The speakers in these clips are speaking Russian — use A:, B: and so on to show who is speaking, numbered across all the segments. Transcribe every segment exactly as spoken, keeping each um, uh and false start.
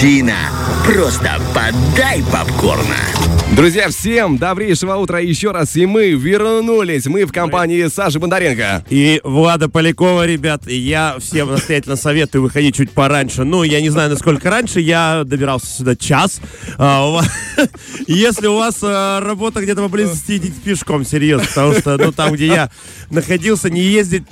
A: Тина, просто подай попкорна.
B: Друзья, всем добрейшего утра еще раз. И мы вернулись. Мы в компании Саши Бондаренко
C: и Влада Полякова, ребят. И я всем настоятельно советую выходить чуть пораньше. Ну, я не знаю, насколько раньше. Я добирался сюда час. А, у вас... Если у вас а, работа где-то поблизости, идите пешком, серьезно. Потому что, ну, там, где я находился, не ездит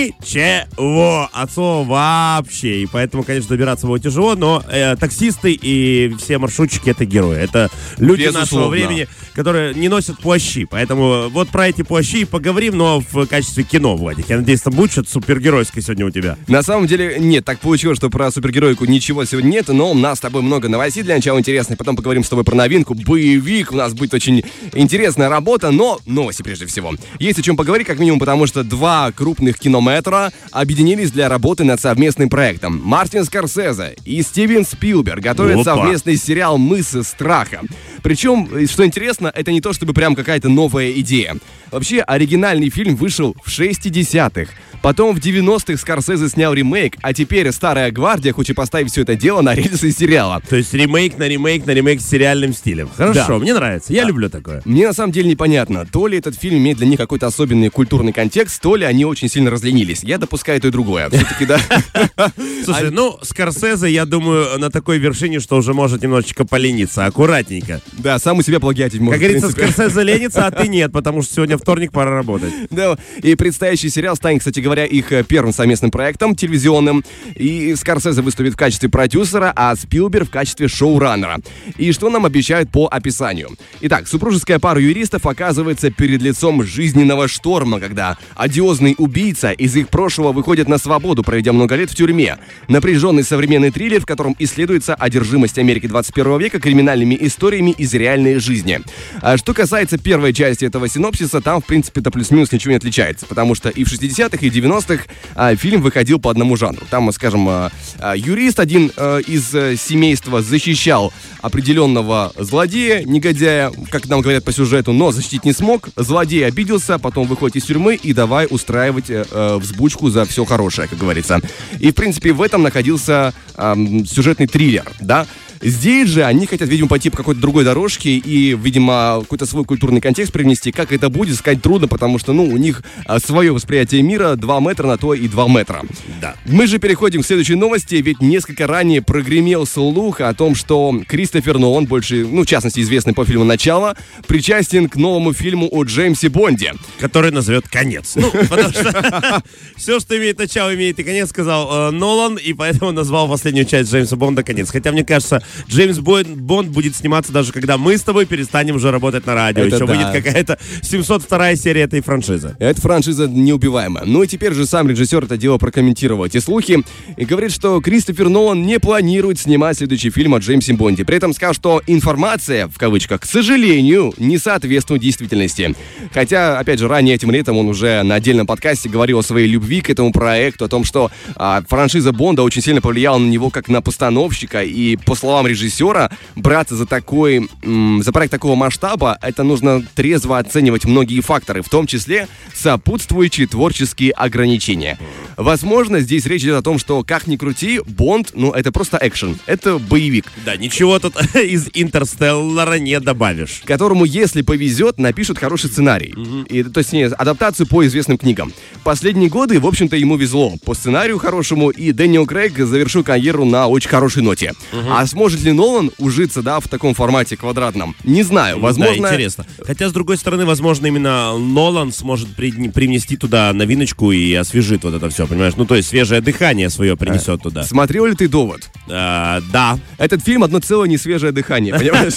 C: ничего. От слова вообще. И поэтому, конечно, добираться было тяжело. Но э, таксисты и все маршрутчики — это герои. Это люди Безусловно. нашего времени, которые не носят плащи. Поэтому вот про эти плащи и поговорим, но в качестве кино, Владик. Я надеюсь, там будет что-то супергеройское сегодня у тебя.
B: На самом деле, нет, так получилось, что про супергеройку ничего сегодня нет, но у нас с тобой много новостей для начала интересных. Потом поговорим с тобой про новинку. Боевик. У нас будет очень интересная работа, но новости прежде всего. Есть о чем поговорить, как минимум, потому что два крупных кинометра объединились для работы над совместным проектом. Мартин Скорсезе и Стивен Спилберг готовят Опа. совместный сериал «Мыс страха». Причем, что интересно, это не то чтобы прям какая-то новая идея. Вообще, оригинальный фильм вышел в шестидесятых. Потом в девяностых Скорсезе снял ремейк, а теперь старая гвардия хочет поставить все это дело на рельсы сериала.
C: То есть ремейк на ремейк на ремейк с сериальным стилем. Хорошо, да. Мне нравится, я да. люблю такое.
B: Мне на самом деле непонятно, то ли этот фильм имеет для них какой-то особенный культурный контекст, то ли они очень сильно разленились. Я допускаю то и другое. Все-таки, да.
C: Слушай, ну, Скорсезе, я думаю, на такой вершине, что уже может немножечко полениться, аккуратненько.
B: Да, сам у себя плагиатить может.
C: Как говорится, Скорсезе ленится, а ты нет, потому что сегодня вторник, пора работать.
B: Да, и предстоящий сериал станет, кстати говоря, их первым совместным проектом телевизионным. И Скорсезе выступит в качестве продюсера, а Спилберг в качестве шоураннера. И что нам обещают по описанию? Итак, супружеская пара юристов оказывается перед лицом жизненного шторма, когда одиозный убийца из их прошлого выходит на свободу, проведя много лет в тюрьме. Напряженный современный триллер, в котором исследуется одержимость Америки двадцать первого века криминальными историями из реальной жизни. А что касается первой части этого синопсиса, там, в принципе-то, плюс-минус ничего не отличается, потому что и в шестидесятых, и в девяностых а, фильм выходил по одному жанру. Там, скажем, а, а, юрист один а, из а, семейства защищал определенного злодея, негодяя, как нам говорят по сюжету, но защитить не смог. Злодей обиделся, потом выходит из тюрьмы и давай устраивать а, взбучку за все хорошее, как говорится. И, в принципе, в этом находился а, сюжетный триллер, да. Здесь же они хотят, видимо, пойти по какой-то другой дорожке и, видимо, какой-то свой культурный контекст привнести. Как это будет, сказать трудно, потому что, ну, у них а, свое восприятие мира, два метра на то и два метра.
C: Да.
B: Мы же переходим к следующей новости, ведь несколько ранее прогремел слух о том, что Кристофер Нолан, больше, ну, в частности, известный по фильму «Начало», причастен к новому фильму о Джеймсе Бонде.
C: Который назовет «Конец». Ну, потому что все, что имеет начало, имеет и конец, сказал Нолан, и поэтому назвал последнюю часть Джеймса Бонда «Конец». Хотя, мне кажется, Джеймс Бонд будет сниматься даже когда мы с тобой перестанем уже работать на радио. Это Еще да. выйдет какая-то семьсот вторая серия этой франшизы.
B: Эта франшиза неубиваемая. Ну и теперь же сам режиссер это дело прокомментировал, эти слухи, и говорит, что Кристофер Нолан не планирует снимать следующий фильм о Джеймсе Бонде. При этом сказал, что информация, в кавычках, к сожалению, не соответствует действительности. Хотя, опять же, ранее этим летом он уже на отдельном подкасте говорил о своей любви к этому проекту, о том, что а, франшиза Бонда очень сильно повлияла на него как на постановщика, и по словам режиссера, браться за такой, м, за проект такого масштаба, это нужно трезво оценивать многие факторы, в том числе сопутствующие творческие ограничения. Возможно, здесь речь идет о том, что, как ни крути, Бонд, ну, это просто экшен, это боевик.
C: Да, ничего тут из Интерстеллара не добавишь.
B: Которому, если повезет, напишут хороший сценарий. Угу. И, то есть, не, адаптацию по известным книгам. Последние годы, в общем-то, ему везло. По сценарию хорошему, и Дэниел Крейг завершил карьеру на очень хорошей ноте. Угу. А сможет ли Нолан ужиться, да, в таком формате квадратном? Не знаю, возможно...
C: Да, интересно. Хотя, с другой стороны, возможно, именно Нолан сможет при... привнести туда новиночку и освежит вот это все, понимаешь? Ну, то есть, свежее дыхание свое принесет а, туда.
B: Смотрел ли ты «Довод»?
C: А, да.
B: Этот фильм одно целое несвежее дыхание, понимаешь?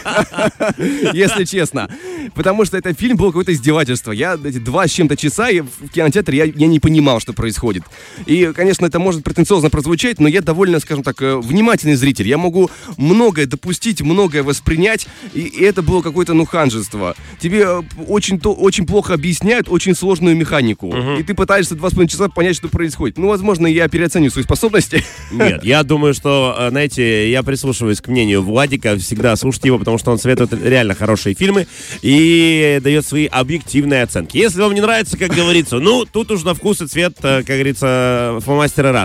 B: Если честно. Потому что этот фильм был какое-то издевательство. Я эти два с чем-то часа в кинотеатре, я, я не понимал, что происходит. И, конечно, это может претенциозно прозвучать, но я довольно, скажем так, внимательный зритель. Я могу многое допустить, многое воспринять, и, и это было какое-то, ну, ханжество. Тебе очень, то, очень плохо объясняют очень сложную механику, uh-huh. и ты пытаешься два с половиной часа понять, что происходит. Ну, возможно, я переоцениваю свои способности.
C: Нет, я думаю, что, знаете, я прислушиваюсь к мнению Владика, всегда слушайте его, потому что он советует реально хорошие фильмы и дает свои объективные оценки. Если вам не нравится, как говорится, ну, тут уж на вкус и цвет, как говорится, фломастеры разные.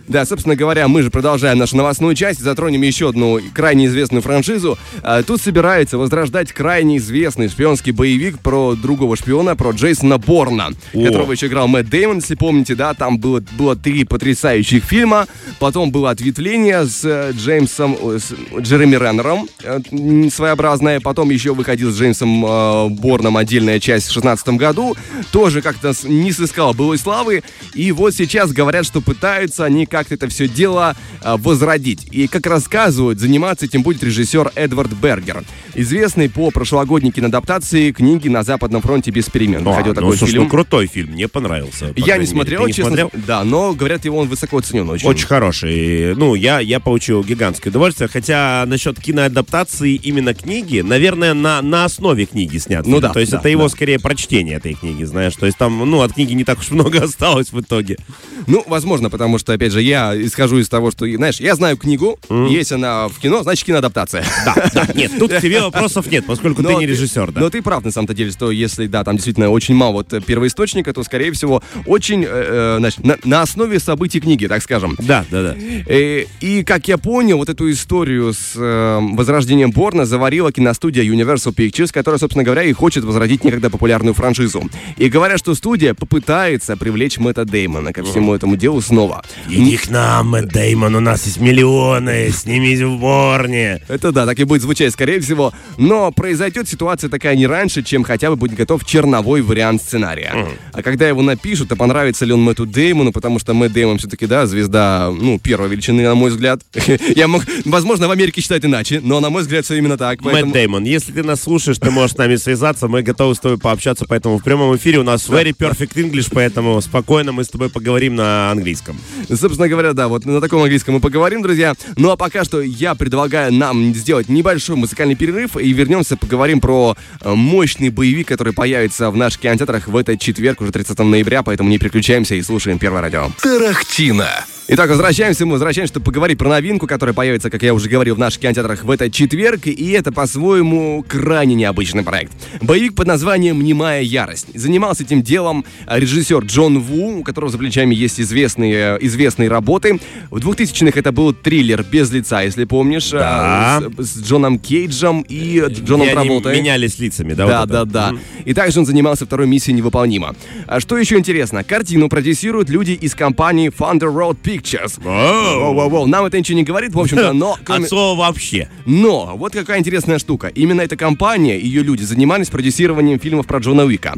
B: Да, собственно говоря, мы же продолжаем нашу новостную часть, затронем еще одну крайне известную франшизу. А, тут собирается возрождать крайне известный шпионский боевик про другого шпиона, про Джейсона Борна, О. которого еще играл Мэтт Дэймон, если помните, да, там было, было три потрясающих фильма, потом было ответвление с Джеймсом, с Джереми Реннером, своеобразное, потом еще выходил с Джеймсом э, Борном отдельная часть в шестнадцатом году, тоже как-то не сыскала былой славы, и вот сейчас говорят, что пытаются они как-то это все дело а, возродить. И, как рассказывают, заниматься этим будет режиссер Эдвард Бергер, известный по прошлогодней киноадаптации книги «На Западном фронте без перемен».
C: А,
B: Выходил
C: ну,
B: такой
C: слушай,
B: фильм.
C: Ну, крутой фильм, мне понравился. По
B: я не смотрел,
C: не
B: честно.
C: Смотрел?
B: Да, но, говорят, его он высоко оценен очень.
C: Очень хороший. Ну, я, я получил гигантское удовольствие, хотя насчет киноадаптации именно книги, наверное, на, на основе книги снят.
B: Ну да.
C: То есть
B: да,
C: это его,
B: да.
C: скорее, прочтение этой книги, знаешь. То есть там, ну, от книги не так уж много осталось в итоге.
B: Ну, возможно, потому что, опять же, я исхожу из того, что, знаешь, я знаю книгу, mm. если она в кино, значит, киноадаптация.
C: Да, да, нет, тут к тебе вопросов нет, поскольку
B: но
C: ты не режиссер, да.
B: Но ты прав, на самом-то деле, что если, да, там действительно очень мало вот первоисточника, то, скорее всего, очень, э, значит, на, на основе событий книги, так скажем.
C: Да, да, да.
B: И, и, как я понял, вот эту историю с э, возрождением Борна заварила киностудия Universal Pictures, которая, собственно говоря, и хочет возродить некогда популярную франшизу. И говорят, что студия попытается привлечь Мэтта Дэймона ко всему этому делу снова.
C: Иди к нам, Мэтт Дэймон, у нас есть миллионы, снимись в Борне.
B: Это да, так и будет звучать, скорее всего. Но произойдет ситуация такая не раньше, чем хотя бы будет готов черновой вариант сценария. Mm. А когда его напишут, то понравится ли он Мэтту Дэймону, потому что Мэтт Дэймон все-таки, да, звезда, ну, первой величины, на мой взгляд. Я мог, возможно, в Америке считать иначе, но, на мой взгляд, все именно так.
C: Поэтому... Мэтт Дэймон, если ты нас слушаешь, ты можешь с нами связаться, мы готовы с тобой пообщаться, поэтому в прямом эфире у нас very perfect English, поэтому спокойно мы с тобой поговорим на английском.
B: Собственно говоря, да, вот на таком английском мы поговорим, друзья. Ну а пока что я предлагаю нам сделать небольшой музыкальный перерыв и вернемся, поговорим про мощный боевик, который появится в наших кинотеатрах в этот четверг, уже тридцатого ноября, поэтому не переключаемся и слушаем Первое радио.
A: Тарахтина.
B: Итак, возвращаемся, мы возвращаемся, чтобы поговорить про новинку, которая появится, как я уже говорил, в наших кинотеатрах в этот четверг, и это, по-своему, крайне необычный проект. Боевик под названием «Немая ярость». Занимался этим делом режиссер Джон Ву, у которого за плечами есть известные, известные работы. В двухтысячных это был триллер «Без лица», если помнишь,
C: да.
B: с, с Джоном Кейджем и Джоном Траволтой.
C: Менялись лицами, да?
B: Да,
C: вот
B: да, да. Mm-hmm. И также он занимался второй миссией «Невыполнима». А что еще интересно, картину продюсируют люди из компании Thunder Road Pictures. Воу-воу-воу. Нам это ничего не говорит, в общем-то, но...
C: От слова вообще.
B: Но, вот какая интересная штука. Именно эта компания, ее люди, занимались продюсированием фильмов про Джона Уика.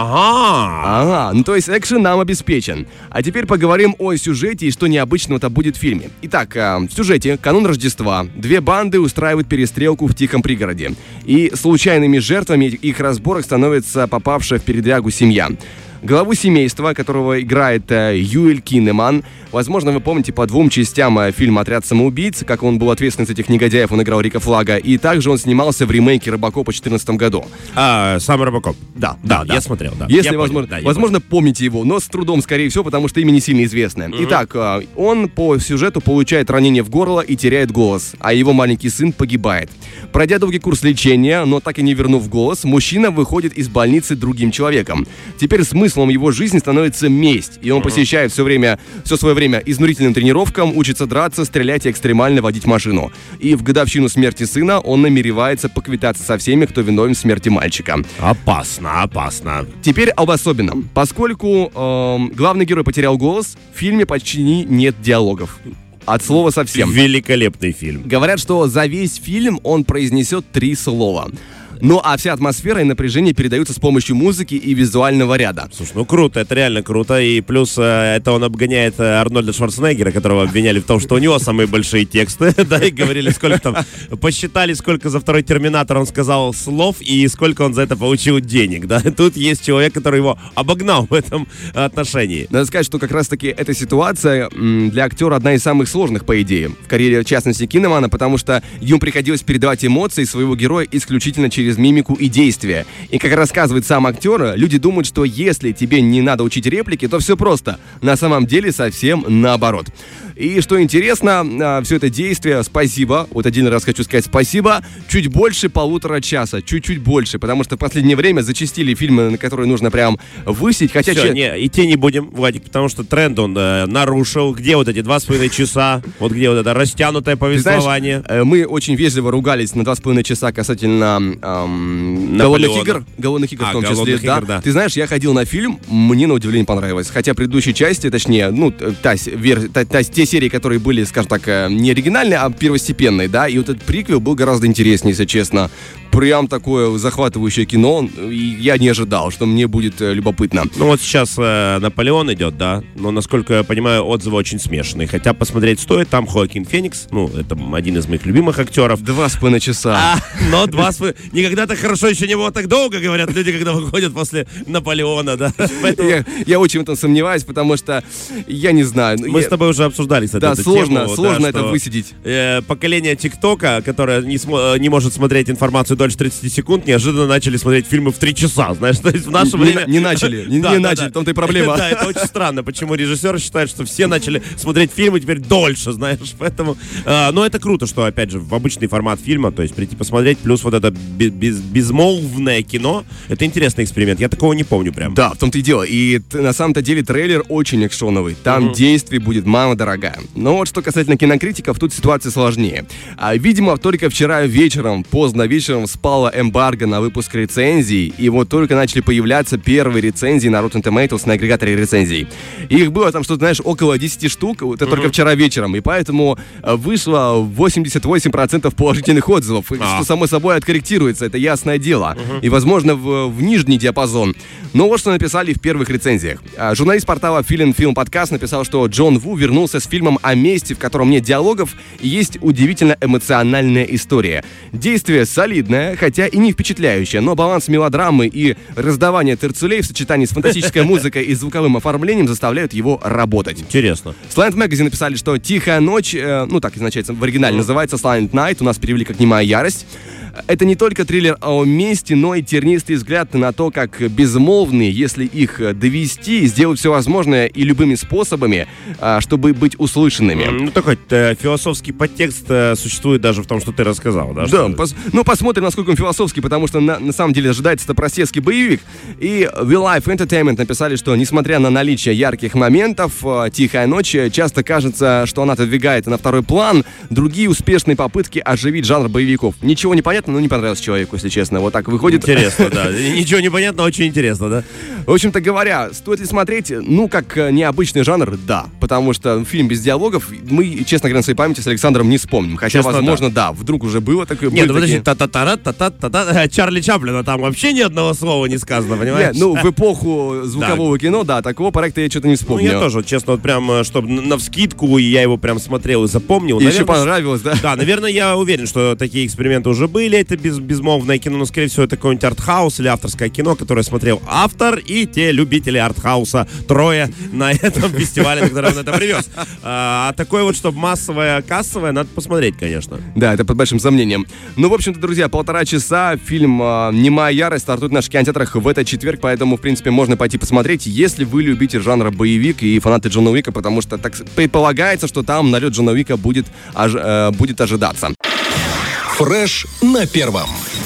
C: Ага.
B: Ага, ну то есть экшен нам обеспечен. А теперь поговорим о сюжете и что необычного-то будет в фильме. Итак, в сюжете канун Рождества. Две банды устраивают перестрелку в тихом пригороде. И случайными жертвами их разборок становится попавшая в передрягу семья. Главу семейства, которого играет э, Юэль Киннеман. Возможно, вы помните по двум частям э, фильм «Отряд самоубийц», как он был ответственен за этих негодяев, он играл Рика Флага. И также он снимался в ремейке «Робокопа» в две тысячи четырнадцатом году.
C: А, сам «Робокоп».
B: Да,
C: да,
B: да,
C: да. Я
B: да.
C: смотрел, да.
B: Если
C: я
B: возможно,
C: понял, да,
B: возможно помните его, но с трудом, скорее всего, потому что имя не сильно известное. Mm-hmm. Итак, э, он по сюжету получает ранение в горло и теряет голос, а его маленький сын погибает. Пройдя долгий курс лечения, но так и не вернув голос, мужчина выходит из больницы другим человеком. Теперь смыслом его жизни становится месть, и он посещает все время, все свое время изнурительным тренировкам, учится драться, стрелять и экстремально водить машину. И в годовщину смерти сына он намеревается поквитаться со всеми, кто виновен в смерти мальчика.
C: Опасно, опасно.
B: Теперь об особенном. Поскольку эм, главный герой потерял голос, в фильме почти нет диалогов. От слова совсем.
C: Великолепный фильм.
B: Говорят, что за весь фильм он произнесет три слова. Ну, а вся атмосфера и напряжение передаются с помощью музыки и визуального ряда.
C: Слушай, ну круто, это реально круто. И плюс э, это он обгоняет э, Арнольда Шварценеггера, которого обвиняли в том, что у него самые большие тексты. Да, и говорили, сколько там... Посчитали, сколько за второй «Терминатор» он сказал слов и сколько он за это получил денег. Да, тут есть человек, который его обогнал в этом отношении.
B: Надо сказать, что как раз-таки эта ситуация м, для актера одна из самых сложных, по идее, в карьере, в частности, Киннемана, потому что ему приходилось передавать эмоции своего героя исключительно через через мимику и действия. И как рассказывает сам актер, люди думают, что если тебе не надо учить реплики, то все просто. На самом деле совсем наоборот. И что интересно, все это действие, спасибо, вот один раз хочу сказать спасибо, чуть больше полутора часа, чуть-чуть больше, потому что в последнее время зачастили фильмы, на которые нужно прям высить, хотя...
C: Все,
B: че...
C: не, идти не будем, Владик, потому что тренд он э, нарушил. Где вот эти два с половиной часа, вот где вот это растянутое повествование?
B: Знаешь, мы очень вежливо ругались на два с половиной часа касательно эм, голодных игр, голодных игр
C: а,
B: в том числе,
C: игр,
B: да.
C: да.
B: Ты знаешь, я ходил на фильм, мне на удивление понравилось, хотя предыдущие части, точнее, ну, та, вер, та, та, те серии, которые были, скажем так, не оригинальные, а первостепенные, да, и вот этот приквел был гораздо интереснее, если честно. Прям такое захватывающее кино, и я не ожидал, что мне будет э, любопытно.
C: Ну вот сейчас э, Наполеон идет, да, но, насколько я понимаю, отзывы очень смешанные. Хотя посмотреть стоит, там Хоакин Феникс, ну, это один из моих любимых актеров.
B: Два с половиной часа.
C: А, но два с половиной... Никогда так хорошо еще не было так долго, говорят люди, когда выходят после Наполеона, да. Поэтому...
B: Я, я очень в этом сомневаюсь, потому что я не знаю.
C: Мы
B: я...
C: с тобой уже обсуждали, кстати,
B: да,
C: эту
B: сложно,
C: тему.
B: сложно
C: да,
B: это
C: что,
B: высидеть.
C: Э, поколение ТикТока, которое не, смо... не может смотреть информацию дольше тридцати секунд, неожиданно начали смотреть фильмы в три часа, знаешь, то есть в наше
B: не,
C: время...
B: Не начали, не,
C: да,
B: не
C: да,
B: начали,
C: да.
B: в том-то и проблема.
C: Да, это очень странно, почему режиссеры считают, что все начали смотреть фильмы теперь дольше, знаешь, поэтому... Э, но это круто, что, опять же, в обычный формат фильма, то есть прийти посмотреть, плюс вот это без, без, безмолвное кино, это интересный эксперимент, я такого не помню прям.
B: Да, в том-то и дело, и т- на самом-то деле трейлер очень экшоновый, там
C: Mm-hmm.
B: действий будет мама дорогая. Но вот что касательно кинокритиков, тут ситуация сложнее. А, видимо, только вчера вечером, поздно вечером спала эмбарго на выпуск рецензий, и вот только начали появляться первые рецензии на Rotten Tomatoes, на агрегаторе рецензий. Их было там что-то, знаешь, около десяти штук, это mm-hmm. только вчера вечером, и поэтому вышло восемьдесят восемь процентов положительных отзывов,
C: а.
B: что само собой откорректируется, это ясное дело,
C: mm-hmm.
B: и, возможно, в, в нижний диапазон. Но вот что написали в первых рецензиях. Журналист портала Film Film Podcast написал, что Джон Ву вернулся с фильмом о месте, в котором нет диалогов, и есть удивительно эмоциональная история. Действие солидное, хотя и не впечатляющее, но баланс мелодрамы и раздавание терцулей в сочетании с фантастической музыкой и звуковым оформлением заставляют его работать.
C: Интересно.
B: Slant Magazine написали, что «Тихая ночь», э, ну так изначально в оригинале mm. называется «Silent Night», у нас перевели как «Немая ярость». Это не только триллер о мести, но и тернистый взгляд на то, как безмолвные, если их довести, сделают все возможное и любыми способами, чтобы быть услышанными.
C: Ну, такой э, философский подтекст э, существует даже в том, что ты рассказал, да?
B: Да,
C: что...
B: пос- ну посмотрим, насколько он философский, потому что на, на самом деле ожидается это простецкий боевик. И The Life Entertainment написали, что несмотря на наличие ярких моментов, «Тихая ночь» часто кажется, что она отодвигает на второй план другие успешные попытки оживить жанр боевиков. Ничего не понятно, но не понравилось человеку, если честно. Вот так выходит.
C: Интересно, да. Ничего не понятно, очень интересно, да?
B: В общем-то говоря, стоит ли смотреть? Ну, как необычный жанр, да. Потому что фильм без диалогов мы, честно говоря, на своей памяти с Александром не вспомним. Хотя,
C: Честно,
B: возможно, да. да, вдруг уже было такое.
C: Нет, ну подожди,
B: такие...
C: та-та-та-та, та-та-та-та, Чарли Чаплина там вообще ни одного слова не сказано, понимаешь?
B: Нет, ну, в эпоху звукового кино, да, такого проекта я что-то не вспомню.
C: Ну, я тоже, честно, вот прям, чтобы навскидку, я его прям смотрел и запомнил.
B: И наверное, еще понравилось, да?
C: Да, наверное, я уверен, что такие эксперименты уже были, это без, безмолвное кино, но, скорее всего, это какой-нибудь артхаус или авторское кино, которое смотрел автор и те любители артхауса, трое на этом фестивале, на который он это привез. А такое вот, чтобы массовое, кассовое, надо посмотреть, конечно.
B: Да, это под большим сомнением. Ну, в общем-то, друзья, полтора часа, фильм «Немая ярость» стартует в наших кинотеатрах в этот четверг, поэтому, в принципе, можно пойти посмотреть, если вы любите жанра боевик и фанаты Джона Уика, потому что так предполагается, что там налет Джона Уика будет, ож, э, будет ожидаться.
D: Фреш на первом.